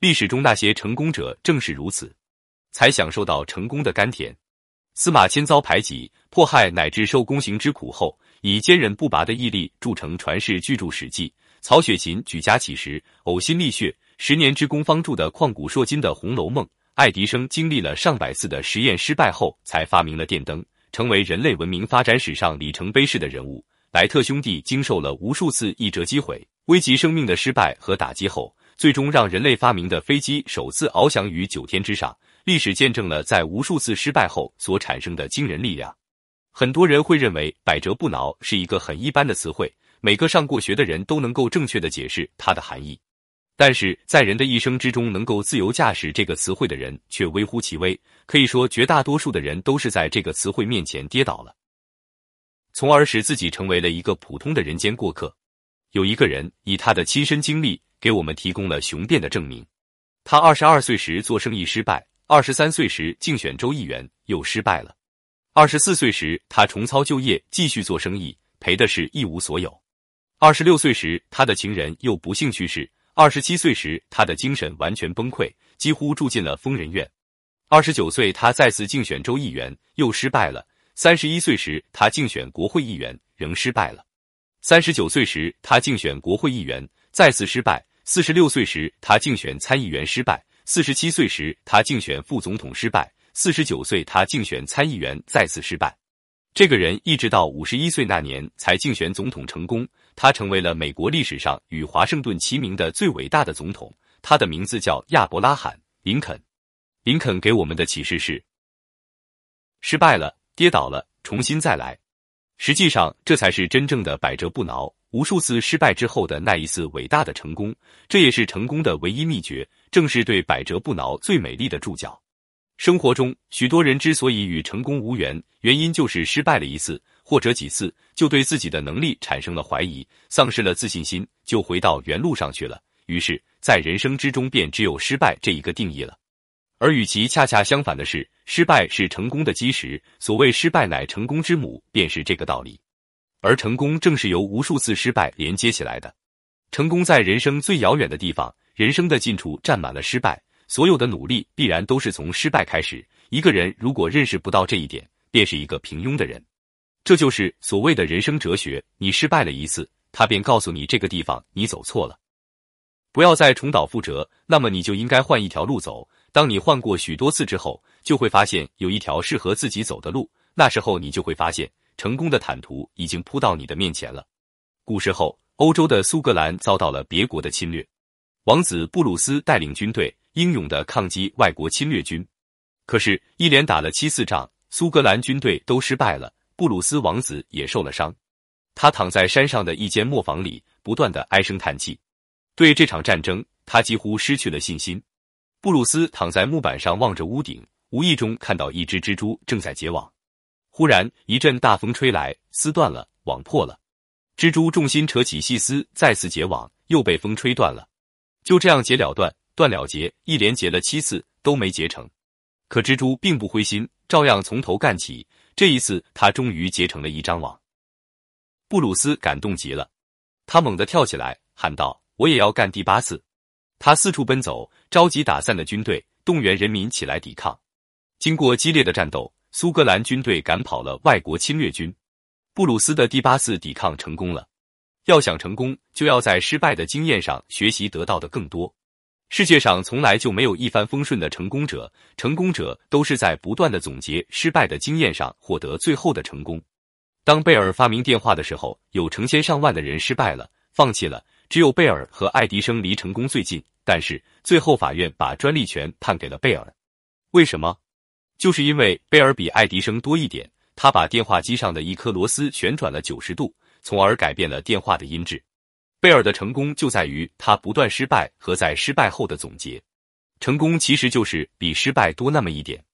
历史中那些成功者正是如此，才享受到成功的甘甜。司马迁遭排挤、迫害乃至受宫刑之苦后，以坚韧不拔的毅力铸成传世巨著《史记》。曹雪芹举家乞食，呕心沥血，10年之功方铸的旷古烁今的《红楼梦》。爱迪生经历了上百次的实验失败后，才发明了电灯，成为人类文明发展史上里程碑式的人物。莱特兄弟经受了无数次一折机会、危及生命的失败和打击后，最终让人类发明的飞机首次翱翔于9天之上。历史见证了在无数次失败后所产生的惊人力量。很多人会认为百折不挠是一个很一般的词汇，每个上过学的人都能够正确的解释它的含义。但是在人的一生之中，能够自由驾驶这个词汇的人却微乎其微，可以说绝大多数的人都是在这个词汇面前跌倒了，从而使自己成为了一个普通的人间过客。有一个人以他的亲身经历给我们提供了雄辩的证明。他22岁时做生意失败，23岁时竞选州议员又失败了，24岁时他重操旧业继续做生意，赔的是一无所有。26岁时他的情人又不幸去世，27岁时他的精神完全崩溃，几乎住进了疯人院。29岁他再次竞选州议员又失败了，31岁时他竞选国会议员仍失败了，39岁时他竞选国会议员再次失败，46岁时他竞选参议员失败，47岁时他竞选副总统失败，49岁他竞选参议员再次失败。这个人一直到51岁那年才竞选总统成功，他成为了美国历史上与华盛顿齐名的最伟大的总统，他的名字叫亚伯拉罕·林肯。林肯给我们的启示是：失败了，跌倒了，重新再来。实际上，这才是真正的百折不挠，无数次失败之后的那一次伟大的成功，这也是成功的唯一秘诀，正是对百折不挠最美丽的注脚。生活中，许多人之所以与成功无缘，原因就是失败了一次或者几次，就对自己的能力产生了怀疑，丧失了自信心，就回到原路上去了。于是，在人生之中便只有失败这一个定义了。而与其恰恰相反的是，失败是成功的基石，所谓失败乃成功之母，便是这个道理。而成功正是由无数次失败连接起来的。成功在人生最遥远的地方，人生的近处占满了失败，所有的努力必然都是从失败开始。一个人如果认识不到这一点，便是一个平庸的人。这就是所谓的人生哲学，你失败了一次，他便告诉你这个地方你走错了，不要再重蹈覆辙，那么你就应该换一条路走。当你换过许多次之后，就会发现有一条适合自己走的路，那时候你就会发现成功的坦途已经铺到你的面前了。古时候，欧洲的苏格兰遭到了别国的侵略，王子布鲁斯带领军队英勇地抗击外国侵略军。可是，一连打了7次仗，苏格兰军队都失败了，布鲁斯王子也受了伤。他躺在山上的一间磨坊里，不断地唉声叹气。对这场战争，他几乎失去了信心。布鲁斯躺在木板上望着屋顶，无意中看到一只蜘蛛正在结网。忽然一阵大风吹来，丝断了，网破了。蜘蛛重新扯起细丝，再次结网，又被风吹断了。就这样结了断，断了结，一连结了7次都没结成。可蜘蛛并不灰心，照样从头干起。这一次，他终于结成了一张网。布鲁斯感动极了，他猛地跳起来，喊道：“我也要干第8次！”他四处奔走，召集打散的军队，动员人民起来抵抗。经过激烈的战斗，苏格兰军队赶跑了外国侵略军。布鲁斯的第8次抵抗成功了。要想成功，就要在失败的经验上学习得到的更多。世界上从来就没有一帆风顺的成功者，成功者都是在不断的总结失败的经验上获得最后的成功。当贝尔发明电话的时候，有成千上万的人失败了，放弃了，只有贝尔和爱迪生离成功最近，但是最后法院把专利权判给了贝尔。为什么？就是因为贝尔比爱迪生多一点，他把电话机上的一颗螺丝旋转了90度，从而改变了电话的音质。贝尔的成功就在于他不断失败和在失败后的总结。成功其实就是比失败多那么一点。